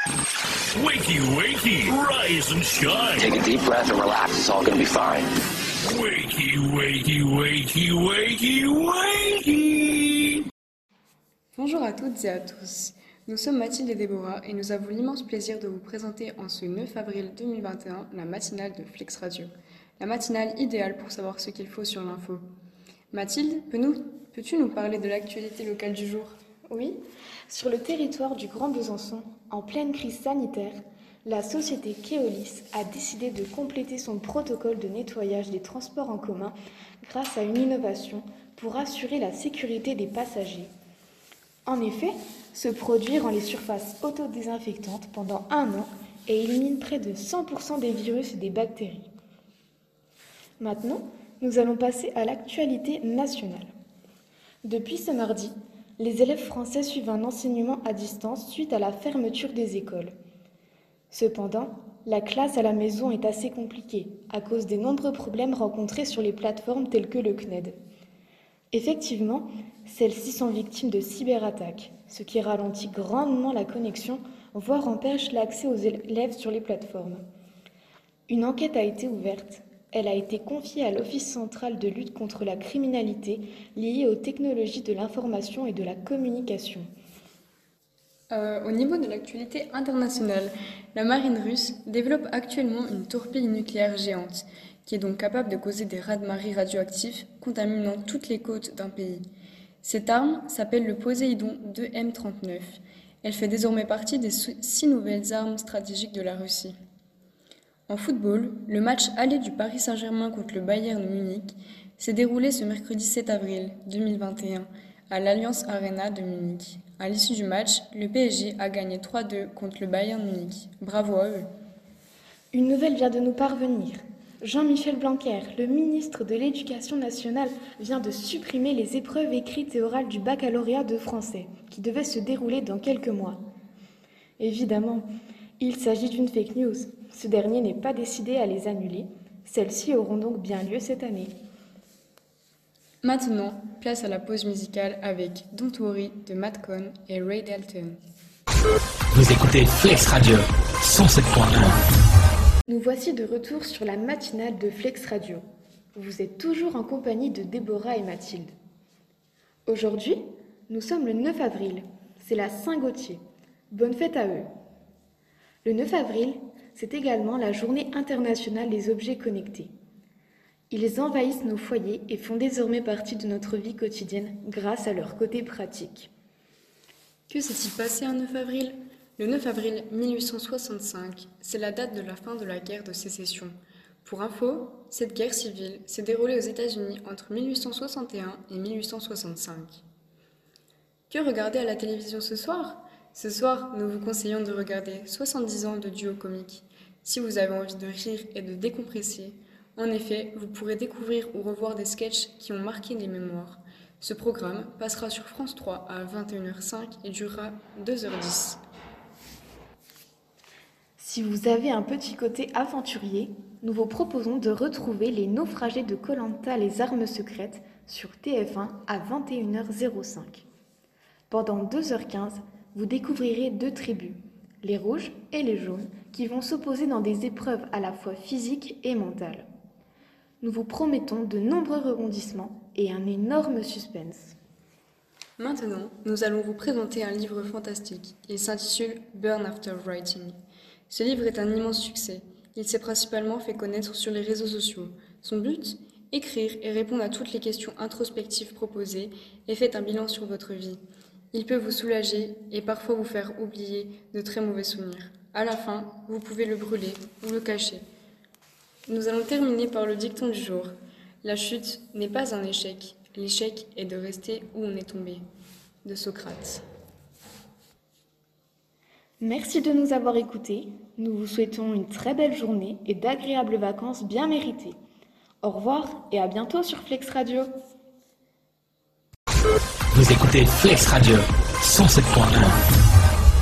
Wakey, wakey, rise and shine. Take a deep breath and relax. It's all gonna be fine. Wakey, wakey, wakey, wakey, wakey. Bonjour à toutes et à tous. Nous sommes Mathilde et Déborah et nous avons l'immense plaisir de vous présenter en ce 9 avril 2021 la matinale de Flex Radio. La matinale idéale pour savoir ce qu'il faut sur l'info. Mathilde, peux-tu nous parler de l'actualité locale du jour ? Oui, sur le territoire du Grand Besançon, en pleine crise sanitaire, la société Keolis a décidé de compléter son protocole de nettoyage des transports en commun grâce à une innovation pour assurer la sécurité des passagers. En effet, ce produit rend les surfaces autodésinfectantes pendant 1 an et élimine près de 100% des virus et des bactéries. Maintenant, nous allons passer à l'actualité nationale. Depuis ce mardi, les élèves français suivent un enseignement à distance suite à la fermeture des écoles. Cependant, la classe à la maison est assez compliquée à cause des nombreux problèmes rencontrés sur les plateformes telles que le CNED. Effectivement, celles-ci sont victimes de cyberattaques, ce qui ralentit grandement la connexion, voire empêche l'accès aux élèves sur les plateformes. Une enquête a été ouverte. Elle a été confiée à l'Office central de lutte contre la criminalité liée aux technologies de l'information et de la communication. Au niveau de l'actualité internationale, la marine russe développe actuellement une torpille nucléaire géante, qui est donc capable de causer des raz-de-marée radioactifs contaminant toutes les côtes d'un pays. Cette arme s'appelle le Poséidon 2M39. Elle fait désormais partie des 6 nouvelles armes stratégiques de la Russie. En football, le match aller du Paris Saint-Germain contre le Bayern Munich s'est déroulé ce mercredi 7 avril 2021 à l'Allianz Arena de Munich. À l'issue du match, le PSG a gagné 3-2 contre le Bayern Munich. Bravo à eux. Une nouvelle vient de nous parvenir. Jean-Michel Blanquer, le ministre de l'Éducation nationale, vient de supprimer les épreuves écrites et orales du baccalauréat de français, qui devaient se dérouler dans quelques mois. Évidemment, il s'agit d'une fake news. Ce dernier n'est pas décidé à les annuler. Celles-ci auront donc bien lieu cette année. Maintenant, place à la pause musicale avec Don't Worry de Matt Cohn et Ray Dalton. Vous écoutez Flex Radio 107.1. Nous voici de retour sur la matinale de Flex Radio. Vous êtes toujours en compagnie de Déborah et Mathilde. Aujourd'hui, nous sommes le 9 avril. C'est la Saint-Gauthier. Bonne fête à eux. Le 9 avril, c'est également la Journée internationale des objets connectés. Ils envahissent nos foyers et font désormais partie de notre vie quotidienne grâce à leur côté pratique. Que s'est-il passé un 9 avril ? Le 9 avril 1865, c'est la date de la fin de la guerre de sécession. Pour info, cette guerre civile s'est déroulée aux États-Unis entre 1861 et 1865. Que regarder à la télévision ce soir ? Ce soir, nous vous conseillons de regarder 70 ans de duo comique. Si vous avez envie de rire et de décompresser, en effet, vous pourrez découvrir ou revoir des sketchs qui ont marqué les mémoires. Ce programme passera sur France 3 à 21h05 et durera 2h10. Si vous avez un petit côté aventurier, nous vous proposons de retrouver les naufragés de Koh Lanta, les armes secrètes, sur TF1 à 21h05. Pendant 2h15, vous découvrirez 2 tribus, les rouges et les jaunes, qui vont s'opposer dans des épreuves à la fois physiques et mentales. Nous vous promettons de nombreux rebondissements et un énorme suspense. Maintenant, nous allons vous présenter un livre fantastique. Il s'intitule Burn After Writing. Ce livre est un immense succès. Il s'est principalement fait connaître sur les réseaux sociaux. Son but ? Écrire et répondre à toutes les questions introspectives proposées et faites un bilan sur votre vie. Il peut vous soulager et parfois vous faire oublier de très mauvais souvenirs. À la fin, vous pouvez le brûler ou le cacher. Nous allons terminer par le dicton du jour. La chute n'est pas un échec. L'échec est de rester où on est tombé. De Socrate. Merci de nous avoir écoutés. Nous vous souhaitons une très belle journée et d'agréables vacances bien méritées. Au revoir et à bientôt sur Flex Radio. Vous écoutez Flex Radio 107.1.